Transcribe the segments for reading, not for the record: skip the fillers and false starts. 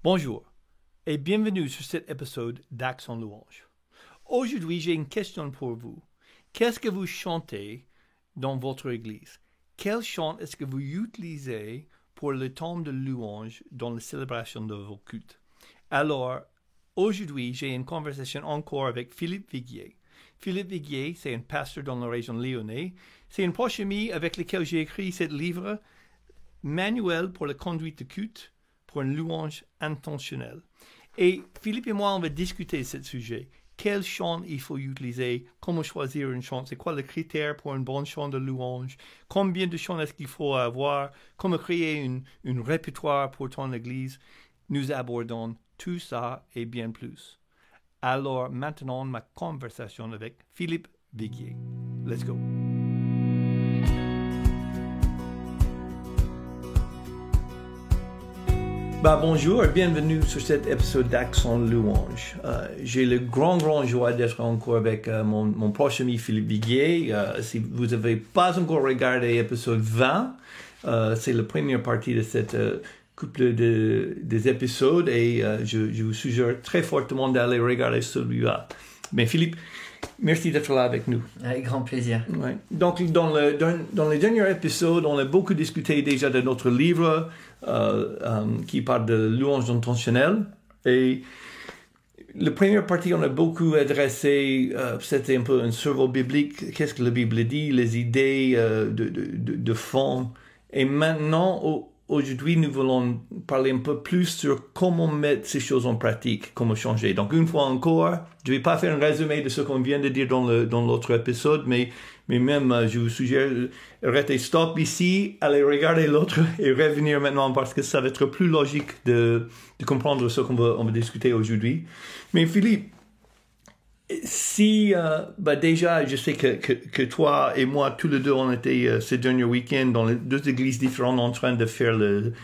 Bonjour et bienvenue sur cet épisode d'Accent Louange. Aujourd'hui, j'ai une question pour vous. Qu'est-ce que vous chantez dans votre église? Quel chant est-ce que vous utilisez pour le temps de louange dans la célébration de vos cultes? Alors, aujourd'hui, j'ai une conversation encore avec Philippe Viguier. Philippe Viguier, c'est un pasteur dans la région lyonnaise. C'est un proche ami avec lequel j'ai écrit ce livre, Manuel pour la conduite de culte, pour une louange intentionnelle. Et Philippe et moi, on va discuter de ce sujet. Quel chant il faut utiliser? Comment choisir une chant? C'est quoi le critère pour un bon chant de louange? Combien de chants est-ce qu'il faut avoir? Comment créer une répertoire pour ton église? Nous abordons tout ça et bien plus. Alors maintenant, ma conversation avec Philippe Viguier. Let's go. Bonjour et bienvenue sur cet épisode d'Accent Louange. J'ai le grand joie d'être encore avec mon proche ami Philippe Viguier. Si vous n'avez pas encore regardé l'épisode 20, c'est la première partie de cette couple des épisodes et je vous suggère très fortement d'aller regarder celui-là. Mais Philippe, merci d'être là avec nous. Avec grand plaisir. Ouais. Donc, dans les derniers épisodes, on a beaucoup discuté déjà de notre livre qui parle de louange intentionnelle. Et la première partie, on a beaucoup adressé, c'était un peu un survol biblique, qu'est-ce que la Bible dit, les idées de fond. Et maintenant, aujourd'hui, nous voulons parler un peu plus sur comment mettre ces choses en pratique, comment changer. Donc, une fois encore, je ne vais pas faire un résumé de ce qu'on vient de dire dans l'autre épisode, mais même, je vous suggère, arrêtez, stop ici, allez regarder l'autre et revenir maintenant parce que ça va être plus logique de comprendre ce qu'on va discuter aujourd'hui. Mais Philippe, si, déjà, je sais que toi et moi, tous les deux, on était ces derniers week-ends dans les deux églises différentes en train de faire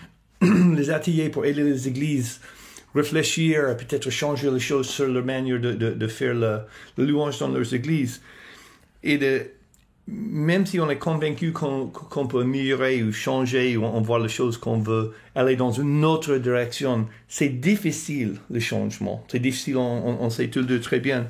les ateliers pour aider les églises réfléchir, peut-être changer les choses sur leur manière de faire la louange dans leurs églises. Et même si on est convaincu qu'on peut améliorer ou changer, ou on voit les choses qu'on veut aller dans une autre direction, c'est difficile, le changement. C'est difficile, on sait tous deux très bien.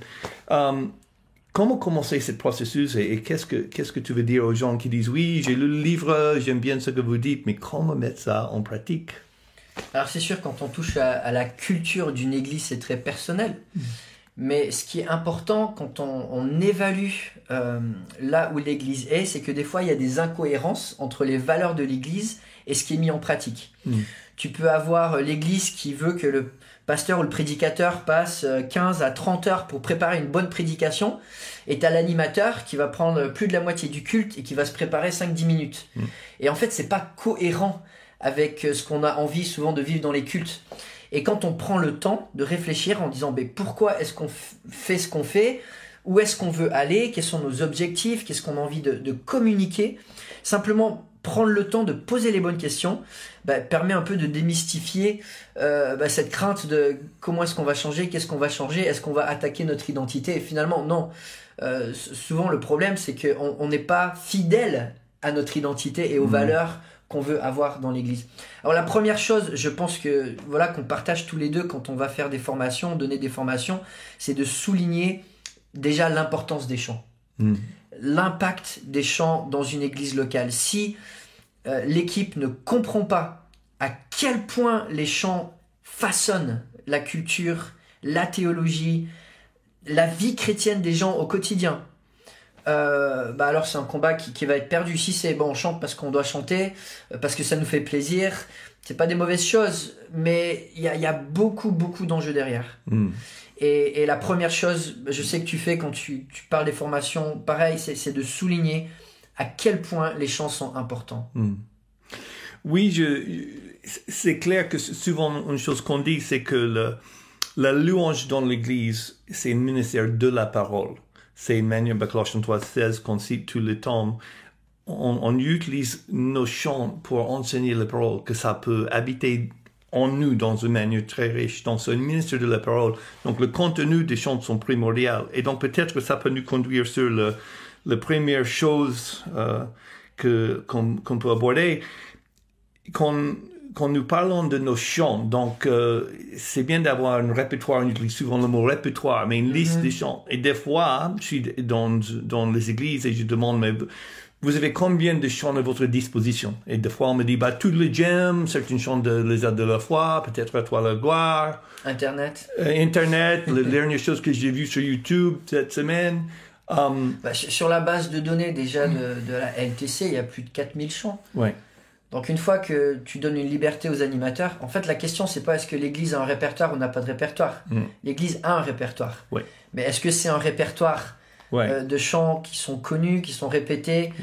Comment commencer ce processus et qu'est-ce que tu veux dire aux gens qui disent « Oui, j'ai lu le livre, j'aime bien ce que vous dites, mais comment mettre ça en pratique ?» Alors c'est sûr, quand on touche à la culture d'une église, c'est très personnel. Mais ce qui est important quand on évalue là où l'église est, c'est que des fois, il y a des incohérences entre les valeurs de l'église et ce qui est mis en pratique. Tu peux avoir l'église qui veut que le pasteur ou le prédicateur passe 15 à 30 heures pour préparer une bonne prédication, et tu as l'animateur qui va prendre plus de la moitié du culte et qui va se préparer 5-10 minutes. Et en fait, c'est pas cohérent avec ce qu'on a envie souvent de vivre dans les cultes. Et quand on prend le temps de réfléchir en disant pourquoi est-ce qu'on fait ce qu'on fait, où est-ce qu'on veut aller, quels sont nos objectifs, qu'est-ce qu'on a envie de communiquer, simplement prendre le temps de poser les bonnes questions permet un peu de démystifier cette crainte de comment est-ce qu'on va changer, qu'est-ce qu'on va changer, est-ce qu'on va attaquer notre identité. Et finalement, non. Souvent, le problème, c'est qu'on n'est pas fidèle à notre identité et aux valeurs qu'on veut avoir dans l'église. Alors la première chose, je pense que qu'on partage tous les deux quand on va faire des formations, donner des formations, c'est de souligner déjà l'importance des chants. L'impact des chants dans une église locale. Si l'équipe ne comprend pas à quel point les chants façonnent la culture, la théologie, la vie chrétienne des gens au quotidien, alors c'est un combat qui va être perdu. Si c'est on chante parce qu'on doit chanter, parce que ça nous fait plaisir, c'est pas des mauvaises choses, mais il y a beaucoup d'enjeux derrière. Et la première chose, je sais que tu fais quand tu parles des formations, pareil, c'est de souligner à quel point les chants sont importants. Oui, c'est clair que souvent une chose qu'on dit, c'est que la louange dans l'église, c'est un ministère de la parole. C'est une manière, Colossiens 3:16, qu'on cite tout le temps. On utilise nos chants pour enseigner la parole, que ça peut habiter en nous dans une manière très riche. Donc, c'est un ministère de la parole. Donc, le contenu des chants sont primordial. Et donc, peut-être que ça peut nous conduire sur la première chose qu'on peut aborder. quand nous parlons de nos chants, donc c'est bien d'avoir un répertoire, on utilise souvent le mot répertoire, mais une liste de chants. Et des fois, je suis dans les églises et je demande, mais vous avez combien de chants à votre disposition? Et des fois, on me dit, tous les gems, certains chants de Les Ailes de la foi, peut-être à toi la gloire. Internet. Internet, la dernière chose que j'ai vue sur YouTube cette semaine. Sur la base de données déjà de la LTC, il y a plus de 4000 chants. Ouais. Donc une fois que tu donnes une liberté aux animateurs, en fait la question c'est pas est-ce que l'église a un répertoire ou n'a pas de répertoire. L'église a un répertoire. Ouais. Mais est-ce que c'est un répertoire de chants qui sont connus, qui sont répétés,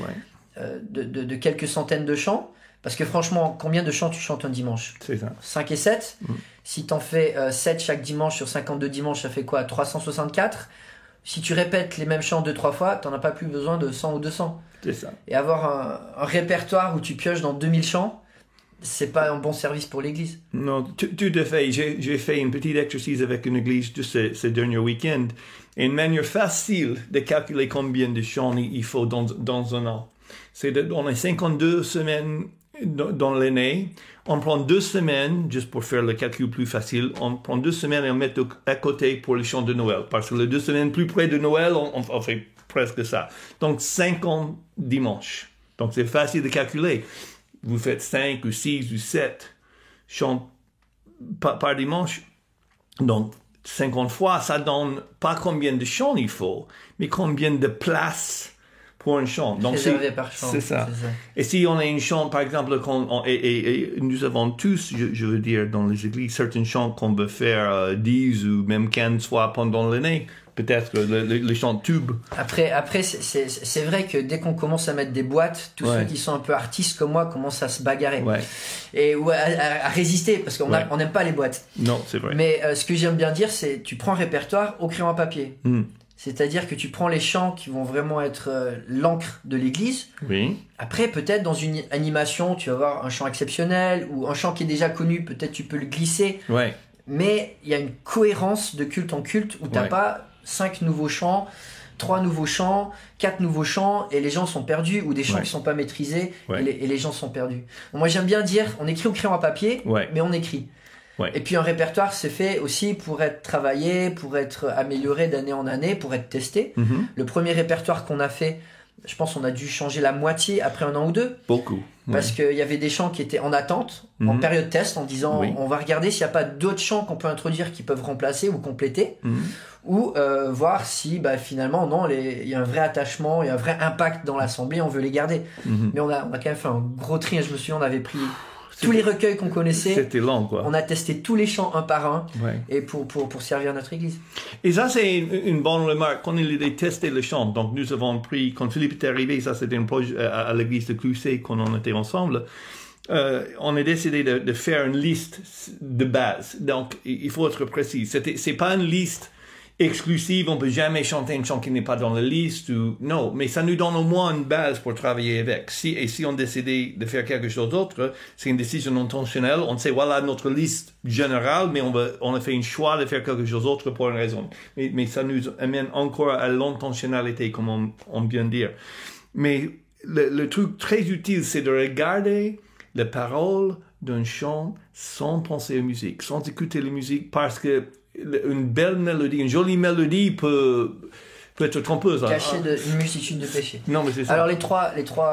de quelques centaines de chants? Parce que franchement, combien de chants tu chantes un dimanche? C'est ça. 5 et 7. Si t'en fais 7 chaque dimanche sur 52 dimanches, ça fait quoi? 364. Si tu répètes les mêmes chants 2-3 fois, t'en as pas plus besoin de 100 ou 200. C'est ça. Et avoir un répertoire où tu pioches dans 2000 chants, c'est pas un bon service pour l'église. Non, tout à fait. J'ai fait un petit exercice avec une église juste ce dernier week-end. Et une manière facile de calculer combien de chants il faut dans un an. C'est on a 52 semaines dans l'année. On prend 2 semaines, juste pour faire le calcul plus facile, on prend 2 semaines et on met à côté pour le chant de Noël. Parce que les 2 semaines plus près de Noël, on fait presque ça. Donc 50 dimanches. Donc c'est facile de calculer. Vous faites 5 ou 6 ou 7 chants par dimanche. Donc 50 fois, ça donne pas combien de chants il faut, mais combien de places pour un chant. Donc réservé par chant. C'est ça. Et si on a une chant, par exemple, et nous avons tous, je veux dire, dans les églises, certains chants qu'on veut faire 10 ou même 15 fois pendant l'année. Peut-être le chant tube. Après c'est vrai que dès qu'on commence à mettre des boîtes, tous ceux qui sont un peu artistes comme moi commencent à se bagarrer. Et à résister, parce qu'on n'aime pas les boîtes. Non, c'est vrai. Mais ce que j'aime bien dire, c'est tu prends un répertoire au crayon à papier. C'est-à-dire que tu prends les chants qui vont vraiment être l'encre de l'église. Oui. Après, peut-être dans une animation, tu vas avoir un chant exceptionnel ou un chant qui est déjà connu, peut-être tu peux le glisser. Ouais. Mais il y a une cohérence de culte en culte où tu n'as pas 5 nouveaux chants, 3 nouveaux chants, 4 nouveaux chants et les gens sont perdus, ou des chants qui ne sont pas maîtrisés et les gens sont perdus. Donc moi j'aime bien dire, on écrit au crayon à papier, mais on écrit. Et puis un répertoire c'est fait aussi pour être travaillé, pour être amélioré d'année en année, pour être testé. Le premier répertoire qu'on a fait, je pense qu'on a dû changer la moitié après 1 an ou 2. Beaucoup. Parce qu'il y avait des chants qui étaient en attente, en période test, en disant on va regarder s'il n'y a pas d'autres chants qu'on peut introduire qui peuvent remplacer ou compléter, ou voir si finalement non, il y a un vrai attachement, il y a un vrai impact dans l'assemblée, on veut les garder. Mais on a quand même fait un gros tri, je me souviens, on avait pris tous les recueils qu'on connaissait. C'était long, quoi. On a testé tous les chants un par un, et pour servir notre église. Et ça, c'est une bonne remarque. Quand il a testé le chant, donc nous avons pris, quand Philippe est arrivé, ça c'était un projet à l'église de Clusset, quand on était ensemble, on a décidé de faire une liste de base. Donc, il faut être précis. C'est pas une liste exclusive, on peut jamais chanter un chant qui n'est pas dans la liste, non, mais ça nous donne au moins une base pour travailler avec. Si on décidait de faire quelque chose d'autre, c'est une décision intentionnelle, on sait voilà notre liste générale, mais on a fait un choix de faire quelque chose d'autre pour une raison. Mais ça nous amène encore à l'intentionnalité, comme on vient de dire. Mais le truc très utile, c'est de regarder les paroles d'un chant sans penser aux musiques, sans écouter les musiques, parce que une belle mélodie, une jolie mélodie peut être trompeuse. Cachée d'une multitude de péchés. Non, mais c'est ça. Alors les trois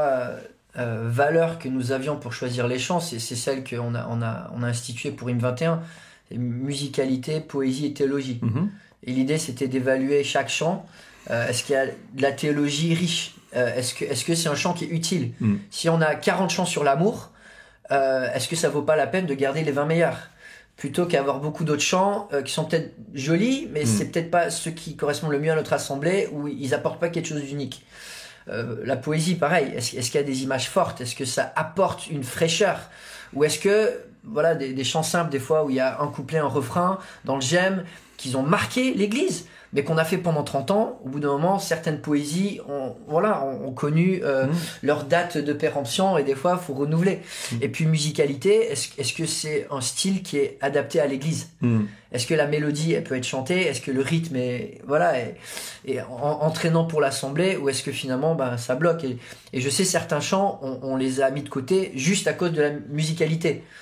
valeurs que nous avions pour choisir les chants, c'est celles qu'on a instituées pour Hymne 21, musicalité, poésie et théologie. Et l'idée c'était d'évaluer chaque chant. Est-ce qu'il y a de la théologie riche? Est-ce que c'est un chant qui est utile? Si on a 40 chants sur l'amour, est-ce que ça vaut pas la peine de garder les 20 meilleurs? Plutôt qu'avoir beaucoup d'autres chants qui sont peut-être jolis, mais c'est peut-être pas ceux qui correspondent le mieux à notre assemblée, où ils apportent pas quelque chose d'unique. La poésie, pareil, est-ce qu'il y a des images fortes? Est-ce que ça apporte une fraîcheur? Ou est-ce que, voilà, des chants simples, des fois, où il y a un couplet, un refrain, dans le j'aime, qu'ils ont marqué l'église, mais qu'on a fait pendant 30 ans, au bout d'un moment, certaines poésies ont connu leur date de péremption, et des fois, il faut renouveler. Et puis, musicalité, est-ce que c'est un style qui est adapté à l'église? Est-ce que la mélodie, elle peut être chantée? Est-ce que le rythme est entraînant pour l'assemblée? Ou est-ce que finalement, ça bloque? Et je sais, certains chants, on les a mis de côté juste à cause de la musicalité.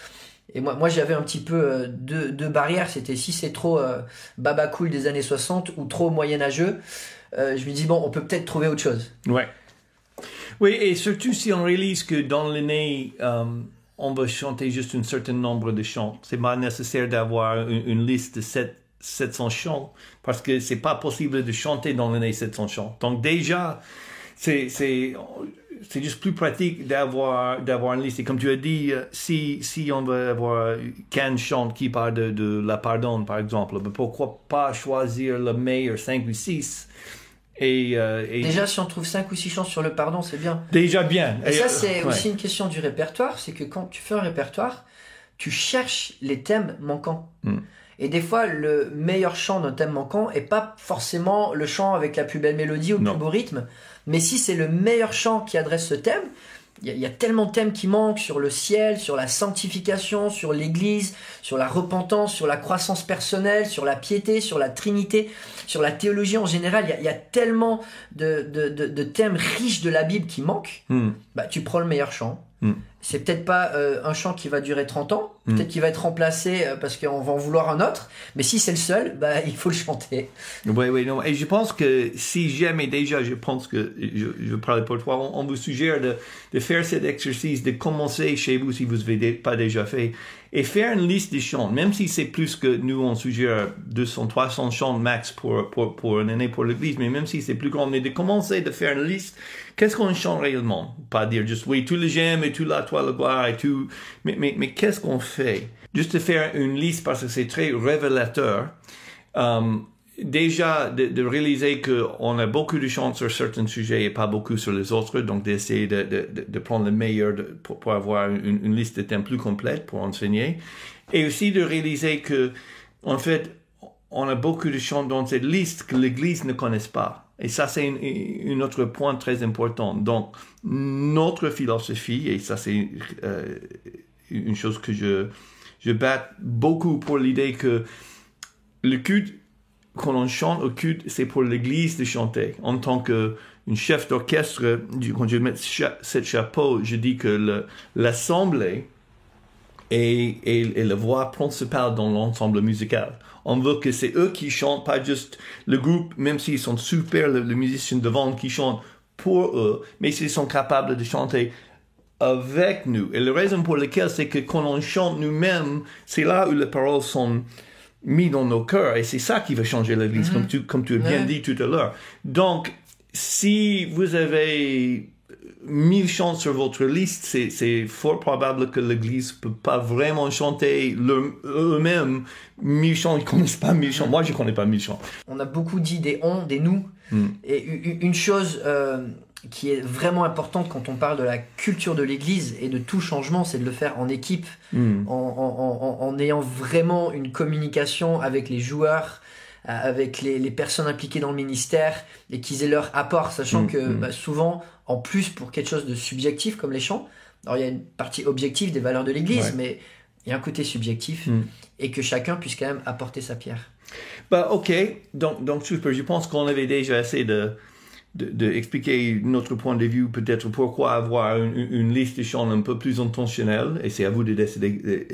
Et moi j'avais un petit peu deux barrières. C'était si c'est trop baba cool des années 60 ou trop moyenâgeux, je me dis bon, on peut peut-être trouver autre chose. Ouais. Oui, et surtout si on réalise que dans l'année, on va chanter juste un certain nombre de chants. C'est pas nécessaire d'avoir une liste de 700 chants, parce que c'est pas possible de chanter dans l'année 700 chants. Donc déjà, c'est juste plus pratique d'avoir une liste. Et comme tu as dit, si on veut avoir 15 chants qui parlent de la pardon, par exemple, pourquoi pas choisir le meilleur 5 ou 6? Et déjà, si on trouve 5 ou 6 chants sur le pardon, c'est bien. Déjà bien. Et ça, c'est aussi une question du répertoire. C'est que quand tu fais un répertoire, tu cherches les thèmes manquants. Et des fois, le meilleur chant d'un thème manquant n'est pas forcément le chant avec la plus belle mélodie ou le plus beau rythme. Mais si c'est le meilleur chant qui adresse ce thème, il y a tellement de thèmes qui manquent sur le ciel, sur la sanctification, sur l'église, sur la repentance, sur la croissance personnelle, sur la piété, sur la Trinité, sur la théologie en général. Il y a tellement de thèmes riches de la Bible qui manquent. Bah, tu prends le meilleur chant. C'est peut-être pas un chant qui va durer 30 ans, peut-être qu'il va être remplacé parce qu'on va en vouloir un autre, mais si c'est le seul, bah, il faut le chanter. Oui, non. Et je pense que si jamais déjà, je pense que, je parle pour toi, on vous suggère de faire cet exercice, de commencer chez vous si vous ne l'avez pas déjà fait, et faire une liste de chants, même si c'est plus que nous, on suggère 200, 300 chants max pour une année pour l'église, mais même si c'est plus grand, mais de commencer de faire une liste, qu'est-ce qu'on chante réellement? Pas dire juste, oui, tout le j'aime et tout la toi, le gloire et tout, mais qu'est-ce qu'on fait? Juste de faire une liste parce que c'est très révélateur. Déjà, de réaliser qu'on a beaucoup de chants sur certains sujets et pas beaucoup sur les autres, donc d'essayer de prendre le meilleur pour avoir une liste de thèmes plus complète pour enseigner. Et aussi de réaliser que, en fait, on a beaucoup de chants dans cette liste que l'Église ne connaisse pas. Et ça, c'est un autre point très important. Donc, notre philosophie, et ça, c'est une chose que je bats beaucoup pour l'idée que le culte, quand on chante au culte, c'est pour l'Église de chanter. En tant que chef d'orchestre, quand je mets ce chapeau, je dis que l'assemblée est la voix principale dans l'ensemble musical. On veut que c'est eux qui chantent, pas juste le groupe, même s'ils sont super, les musiciens devant qui chantent pour eux, mais s'ils sont capables de chanter avec nous. Et la raison pour laquelle, c'est que quand on chante nous-mêmes, c'est là où les paroles sont mises dans nos cœurs, et c'est ça qui va changer l'Église, comme tu as bien dit tout à l'heure. Donc, si vous avez 1000 chants sur votre liste, c'est fort probable que l'Église peut pas vraiment chanter eux-mêmes 1000 chants. Ils connaissent pas 1000 chants. Moi, je connais pas 1000 chants. On a beaucoup dit des on, des nous. Et une chose qui est vraiment importante quand on parle de la culture de l'Église et de tout changement, c'est de le faire en équipe, en ayant vraiment une communication avec les joueurs, avec les personnes impliquées dans le ministère, et qu'ils aient leur apport, sachant que souvent, en plus pour quelque chose de subjectif comme les chants, alors il y a une partie objective des valeurs de l'Église, mais il y a un côté subjectif, et que chacun puisse quand même apporter sa pierre. Bah, ok, donc super. Je pense qu'on avait déjà essayé de expliquer notre point de vue, peut-être pourquoi avoir une liste de chants un peu plus intentionnelle, et c'est à vous de décider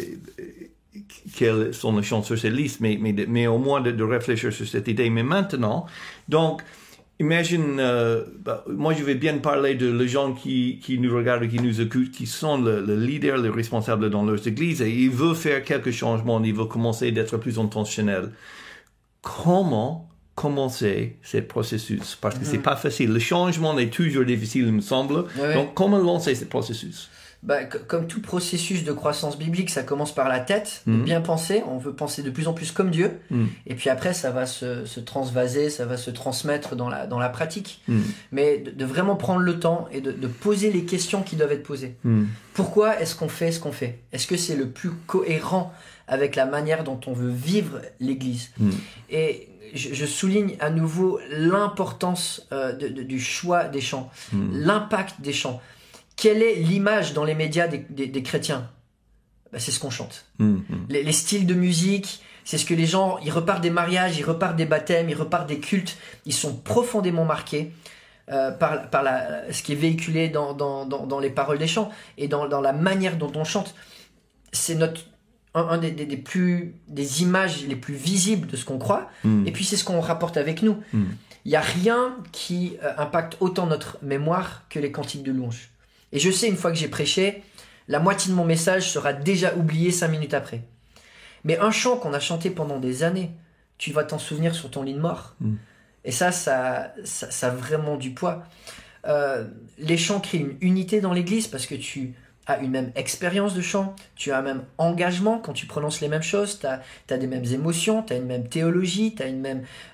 quels sont les chants sur cette liste, mais au moins de réfléchir sur cette idée. Mais maintenant, donc, imagine, moi je vais bien parler de les gens qui nous regardent, qui nous écoutent, qui sont le leader, les responsables dans leurs églises, et ils veulent faire quelques changements, ils veulent commencer d'être plus intentionnels. Comment commencer ce processus? Parce que c'est pas facile. Le changement est toujours difficile, il me semble. Donc, comment lancer ce processus? Bah, comme tout processus de croissance biblique, ça commence par la tête, de bien penser. On veut penser de plus en plus comme Dieu. Et puis après, ça va se transvaser, ça va se transmettre dans la pratique. Mais de vraiment prendre le temps et de poser les questions qui doivent être posées. Pourquoi est-ce qu'on fait ce qu'on fait? Est-ce que c'est le plus cohérent avec la manière dont on veut vivre l'Église? Et je souligne à nouveau l'importance du choix des chants, l'impact des chants. Quelle est l'image dans les médias des chrétiens? C'est ce qu'on chante. Les styles de musique, c'est ce que les gens, ils repartent des mariages, ils repartent des baptêmes, ils repartent des cultes. Ils sont profondément marqués par ce qui est véhiculé dans les paroles des chants et dans la manière dont on chante. C'est des images les plus visibles de ce qu'on croit, et puis c'est ce qu'on rapporte avec nous. Il n'y a rien qui impacte autant notre mémoire que les cantiques de louange. Et je sais, une fois que j'ai prêché, la moitié de mon message sera déjà oublié 5 minutes après. Mais un chant qu'on a chanté pendant des années, tu vas t'en souvenir sur ton lit de mort. Et ça a vraiment du poids. Les chants créent une unité dans l'église parce que tu as une même expérience de chant, tu as un même engagement quand tu prononces les mêmes choses, tu as des mêmes émotions, tu as une même théologie, tu as une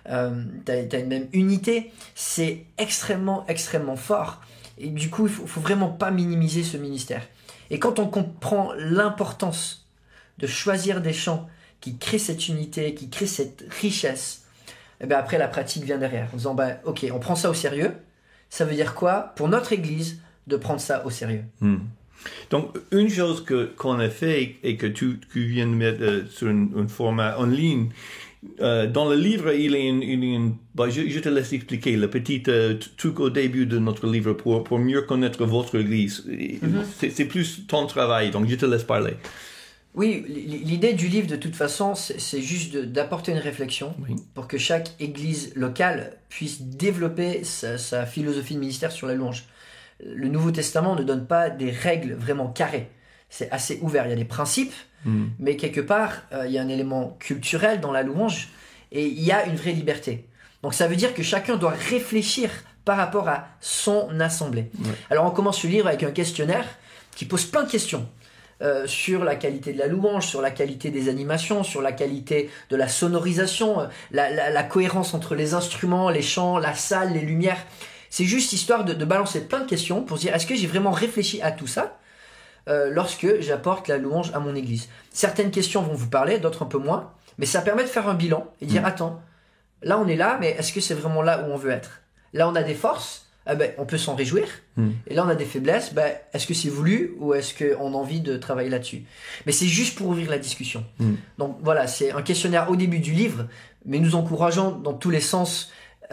même unité. C'est extrêmement, extrêmement fort. Et du coup, il faut vraiment pas minimiser ce ministère. Et quand on comprend l'importance de choisir des chants qui créent cette unité, qui créent cette richesse, et bien après la pratique vient derrière, en disant ok, on prend ça au sérieux. Ça veut dire quoi pour notre église de prendre ça au sérieux? Donc, une chose qu'on a fait et que tu viens de mettre sur un format en ligne, dans le livre, il y a je te laisse expliquer le petit truc au début de notre livre pour mieux connaître votre église. C'est plus ton travail, donc je te laisse parler. Oui, l'idée du livre, de toute façon, c'est juste d'apporter une réflexion pour que chaque église locale puisse développer sa philosophie de ministère sur la louange. Le Nouveau Testament ne donne pas des règles vraiment carrées. C'est assez ouvert. Il y a des principes, mais quelque part, il y a un élément culturel dans la louange et il y a une vraie liberté. Donc ça veut dire que chacun doit réfléchir par rapport à son assemblée. Alors on commence ce livre avec un questionnaire qui pose plein de questions. Sur la qualité de la louange, sur la qualité des animations, sur la qualité de la sonorisation, la cohérence entre les instruments, les chants, la salle, les lumières. C'est juste histoire de balancer plein de questions pour se dire est-ce que j'ai vraiment réfléchi à tout ça lorsque j'apporte la louange à mon église. Certaines questions vont vous parler, d'autres un peu moins, mais ça permet de faire un bilan et dire attends, là on est là, mais est-ce que c'est vraiment là où on veut être? Là on a des forces, on peut s'en réjouir. Et là on a des faiblesses, est-ce que c'est voulu ou est-ce qu'on a envie de travailler là-dessus? Mais c'est juste pour ouvrir la discussion. Donc voilà, c'est un questionnaire au début du livre, mais nous encourageons dans tous les sens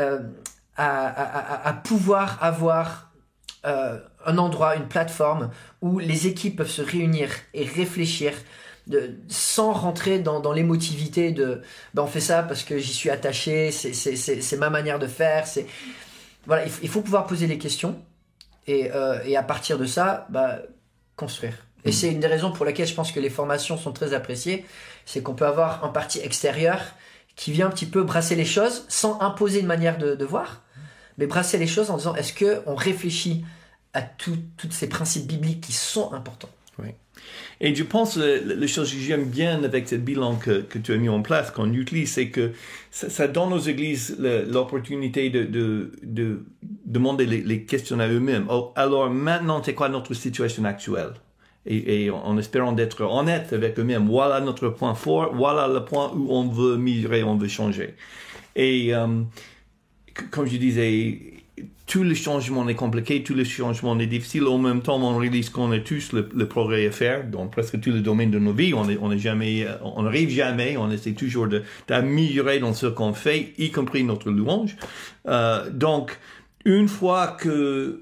à pouvoir avoir un endroit, une plateforme où les équipes peuvent se réunir et réfléchir sans rentrer dans l'émotivité de on fait ça parce que j'y suis attaché, c'est ma manière de faire. Voilà, il faut pouvoir poser les questions et à partir de ça, construire. Et c'est une des raisons pour laquelle je pense que les formations sont très appréciées, c'est qu'on peut avoir un parti extérieur qui vient un petit peu brasser les choses sans imposer une manière de voir, mais brasser les choses en disant est-ce qu'on réfléchit à tous ces principes bibliques qui sont importants. Oui. Et je pense la chose que j'aime bien avec ce bilan que tu as mis en place, qu'on utilise, c'est que ça donne aux églises l'opportunité de demander les questions à eux-mêmes. Alors maintenant, c'est quoi notre situation actuelle? Et en espérant d'être honnête avec eux-mêmes, voilà notre point fort, voilà le point où on veut migrer, on veut changer. Et comme je disais, tout le changement est compliqué, tout le changement est difficile. En même temps, on réalise qu'on a tous le progrès à faire dans presque tous les domaines de nos vies. On n'arrive jamais, on essaie toujours d'améliorer dans ce qu'on fait, y compris notre louange. Donc, une fois que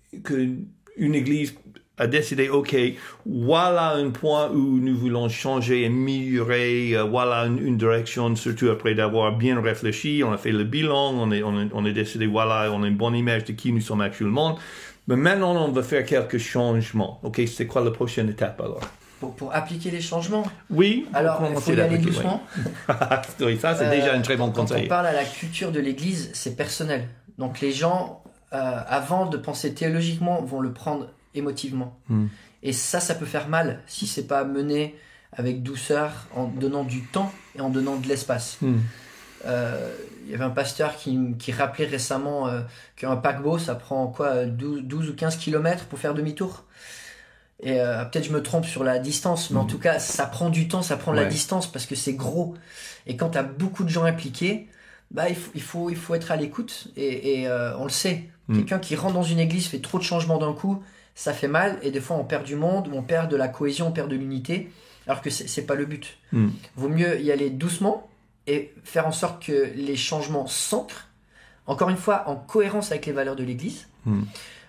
une église a décidé, ok, voilà un point où nous voulons changer, améliorer, voilà une direction, surtout après d'avoir bien réfléchi, on a fait le bilan, on a décidé, voilà, on a une bonne image de qui nous sommes actuellement. Mais maintenant, on va faire quelques changements. Ok, c'est quoi la prochaine étape alors? Pour appliquer les changements? Oui. Alors, il faut y aller doucement. Oui, ça, c'est déjà un très bon conseil. Quand on parle à la culture de l'Église, c'est personnel. Donc les gens, avant de penser théologiquement, vont le prendre émotivement. Et ça peut faire mal si c'est pas mené avec douceur, en donnant du temps et en donnant de l'espace. Il y avait un pasteur qui rappelait récemment qu'un paquebot, ça prend quoi, 12 ou 15 km pour faire demi-tour. Et peut-être je me trompe sur la distance, mais en tout cas, ça prend du temps, ça prend de la distance parce que c'est gros. Et quand tu as beaucoup de gens impliqués, il faut être à l'écoute. Et on le sait. Quelqu'un qui rentre dans une église fait trop de changements d'un coup, ça fait mal. Et des fois, on perd du monde, on perd de la cohésion, on perd de l'unité. Alors que c'est pas le but. Vaut mieux y aller doucement et faire en sorte que les changements s'ancrent, encore une fois, en cohérence avec les valeurs de l'église.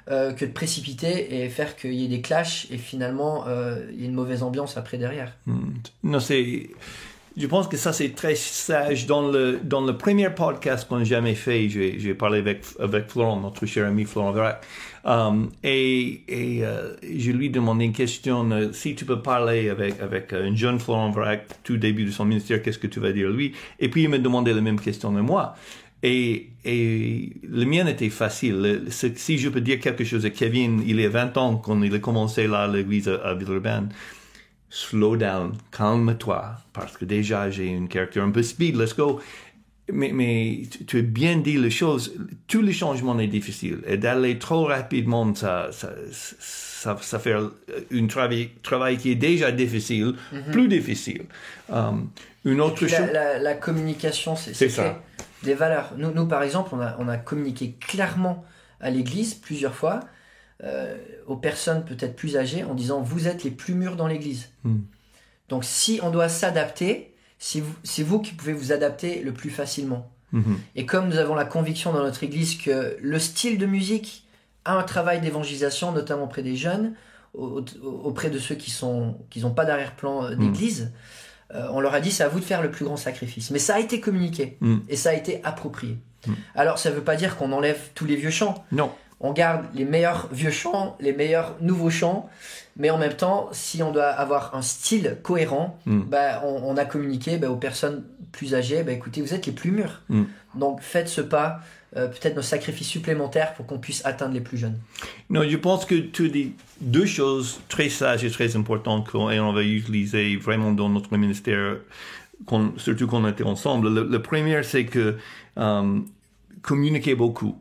que de précipiter et faire qu'il y ait des clashs et finalement il y ait une mauvaise ambiance après derrière. Non, je pense que ça c'est très sage. Dans le premier podcast qu'on a jamais fait, j'ai parlé avec Florent, notre cher ami Florent Verac, et je lui demandé une question, si tu peux parler avec un jeune Florent Verac, tout début de son ministère, qu'est-ce que tu vas dire lui? Et puis il me demandait la même question de moi. Et le mien était facile. Si je peux dire quelque chose à Kevin, il y a 20 ans, quand il a commencé là à l'église à Villeurbanne, slow down, calme-toi, parce que déjà j'ai une caractère un peu speed, let's go. Mais tu as bien dit les choses, tous les changements sont difficiles, et d'aller trop rapidement, ça fait un travail qui est déjà difficile, plus difficile. Une autre chose... La communication, c'est ça. Des valeurs. Nous, par exemple, on a communiqué clairement à l'église plusieurs fois, aux personnes peut-être plus âgées, en disant vous êtes les plus mûrs dans l'église. Donc si on doit s'adapter, c'est vous qui pouvez vous adapter le plus facilement. Et comme nous avons la conviction dans notre église que le style de musique a un travail d'évangélisation, notamment auprès des jeunes, auprès de ceux qui n'ont pas d'arrière-plan d'église, on leur a dit c'est à vous de faire le plus grand sacrifice. Mais ça a été communiqué et ça a été approprié. Alors ça ne veut pas dire qu'on enlève tous les vieux chants. Non. On garde les meilleurs vieux chants, les meilleurs nouveaux chants, mais en même temps, si on doit avoir un style cohérent, on a communiqué aux personnes plus âgées, écoutez, vous êtes les plus mûrs. Donc faites ce pas, peut-être nos sacrifices supplémentaires pour qu'on puisse atteindre les plus jeunes. Non, je pense que tu dis deux choses très sages et très importantes et on va utiliser vraiment dans notre ministère, surtout quand on était ensemble. Le premier, c'est que communiquer beaucoup,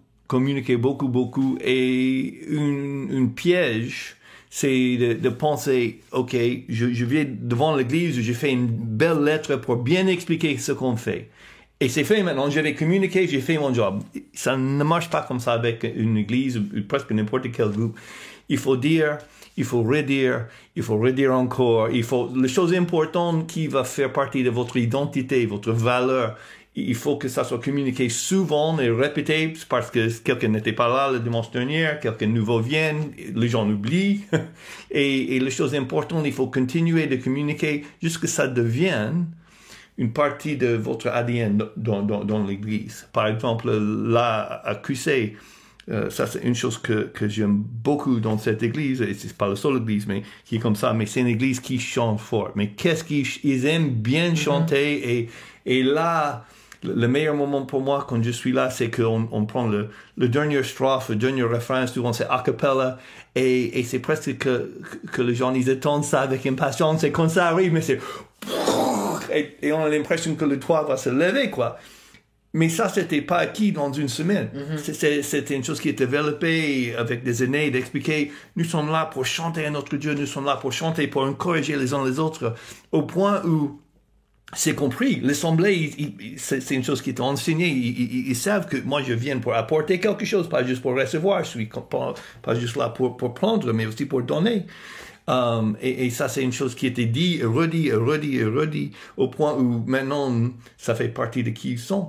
et une piège, c'est de penser, ok, je vais devant l'église, je fais une belle lettre pour bien expliquer ce qu'on fait. Et c'est fait maintenant, je vais communiquer, j'ai fait mon job. Ça ne marche pas comme ça avec une église ou presque n'importe quel groupe. Il faut dire, il faut redire encore. Les choses importantes qui vont faire partie de votre identité, votre valeur, il faut que ça soit communiqué souvent et répété parce que quelqu'un n'était pas là le dimanche dernier, quelqu'un nouveau vient, les gens oublient. Et les choses importantes, il faut continuer de communiquer jusqu'à ce que ça devienne une partie de votre ADN dans l'église. Par exemple, là, à QC, ça c'est une chose que j'aime beaucoup dans cette église, et c'est pas la seule église mais qui est comme ça, mais c'est une église qui chante fort. Mais qu'est-ce qu'ils aiment bien chanter, et là, le meilleur moment pour moi quand je suis là, c'est qu'on prend le dernier strophe, le dernier refrain, souvent c'est a cappella, et c'est presque que les gens ils attendent ça avec impatience, et quand ça arrive, mais c'est et on a l'impression que le toit va se lever, quoi. Mais ça, c'était pas acquis dans une semaine. C'était une chose qui est développée avec des années, d'expliquer, nous sommes là pour chanter à notre Dieu, nous sommes là pour chanter, pour encourager les uns les autres, au point où c'est compris. L'assemblée, c'est une chose qui est enseignée. Ils savent que moi, je viens pour apporter quelque chose, pas juste pour recevoir. Je suis pas juste là pour prendre, mais aussi pour donner. Et ça, c'est une chose qui était dit, redit, au point où maintenant, ça fait partie de qui ils sont.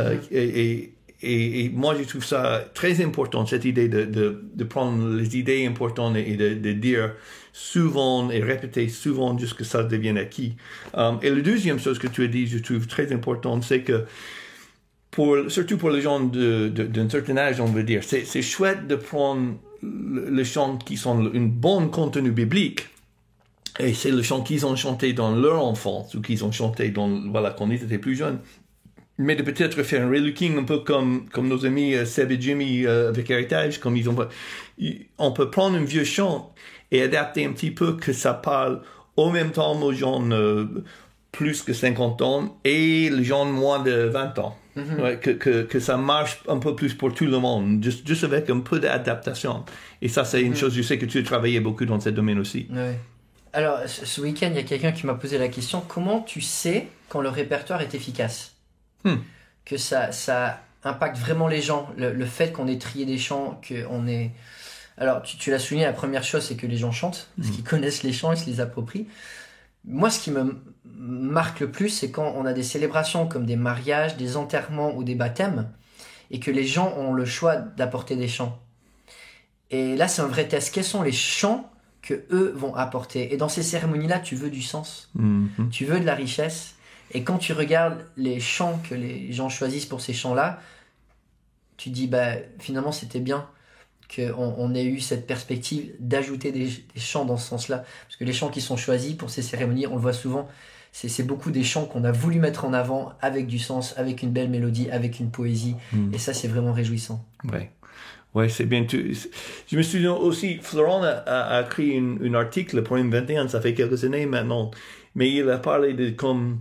Et moi, je trouve ça très important, cette idée de prendre les idées importantes et de dire souvent et répéter souvent jusqu'à ce que ça devienne acquis. Et la deuxième chose que tu as dit, je trouve très importante, c'est que surtout pour les gens d'un certain âge, on veut dire, c'est chouette de prendre les chants qui sont un bon contenu biblique, et c'est le chant qu'ils ont chanté dans leur enfance ou qu'ils ont chanté quand ils étaient plus jeunes, mais de peut-être faire un relooking un peu comme nos amis Seb et Jimmy avec Héritage, comme on peut prendre un vieux chant et adapter un petit peu que ça parle au même temps aux gens plus que 50 ans et les gens de moins de 20 ans. Ouais, que ça marche un peu plus pour tout le monde, juste avec un peu d'adaptation. Et ça, c'est une chose, je sais que tu as travaillé beaucoup dans ce domaine aussi. Ouais. Alors, ce week-end, il y a quelqu'un qui m'a posé la question, comment tu sais quand le répertoire est efficace ? Que ça impacte vraiment les gens, le fait qu'on ait trié des chants, qu'on ait... Alors, tu l'as souligné, la première chose, c'est que les gens chantent, parce qu'ils connaissent les chants, ils se les approprient. Moi, ce qui me marque le plus, c'est quand on a des célébrations comme des mariages, des enterrements ou des baptêmes, et que les gens ont le choix d'apporter des chants. Et là, c'est un vrai test. Quels sont les chants que eux vont apporter? Et dans ces cérémonies-là, tu veux du sens, tu veux de la richesse. Et quand tu regardes les chants que les gens choisissent pour ces chants-là, tu dis, finalement, c'était bien qu'on ait eu cette perspective d'ajouter des chants dans ce sens-là. Parce que les chants qui sont choisis pour ces cérémonies, on le voit souvent, c'est beaucoup des chants qu'on a voulu mettre en avant avec du sens, avec une belle mélodie, avec une poésie. Et ça, c'est vraiment réjouissant. Ouais, c'est bien. Je me souviens aussi, Florent a écrit un article pour M21, ça fait quelques années maintenant, mais il a parlé de comme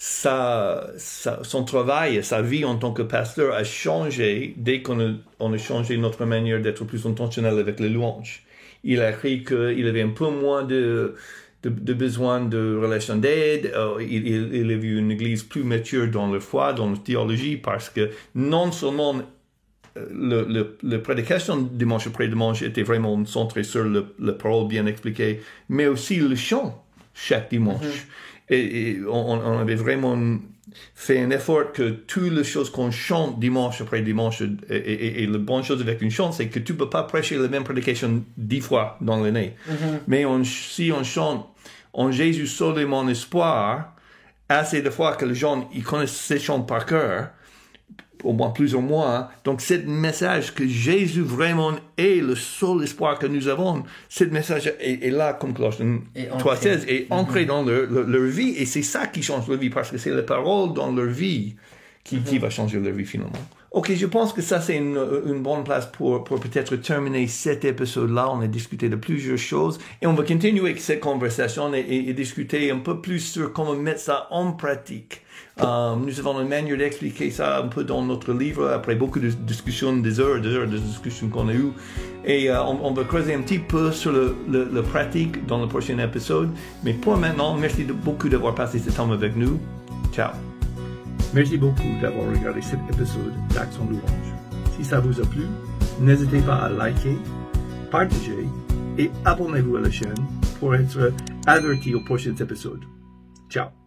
son travail, sa vie en tant que pasteur a changé dès qu'on a changé notre manière d'être plus intentionnel avec les louanges. Il a écrit qu'il avait un peu moins de besoin de relation d'aide. Il a vu une église plus mature dans la foi, dans la théologie, parce que non seulement la prédication dimanche après dimanche était vraiment centrée sur la parole bien expliquée, mais aussi le chant chaque dimanche. Et on avait vraiment fait un effort que toutes les choses qu'on chante dimanche après dimanche, et la bonne chose avec une chant, c'est que tu peux pas prêcher la même prédication 10 fois dans l'année. Mais si on chante en Jésus seul est mon espoir, assez de fois que les gens ils connaissent ces chants par cœur, au moins plus ou moins. Donc, ce message que Jésus vraiment est le seul espoir que nous avons, ce message est là, comme Colossiens 3:16, est ancré dans leur vie. Et c'est ça qui change leur vie, parce que c'est la parole dans leur vie qui va changer leur vie finalement. Ok, je pense que ça c'est une bonne place pour peut-être terminer cet épisode-là. On a discuté de plusieurs choses et on va continuer avec cette conversation et discuter un peu plus sur comment mettre ça en pratique. Nous avons une manière d'expliquer ça un peu dans notre livre, après beaucoup de discussions, des heures de discussions qu'on a eues. Et on va creuser un petit peu sur le pratique dans le prochain épisode. Mais pour maintenant, merci beaucoup d'avoir passé ce temps avec nous. Ciao. Merci beaucoup d'avoir regardé cet épisode d'Action Louange. Si ça vous a plu, n'hésitez pas à liker, partager et abonnez-vous à la chaîne pour être averti aux prochains épisodes. Ciao.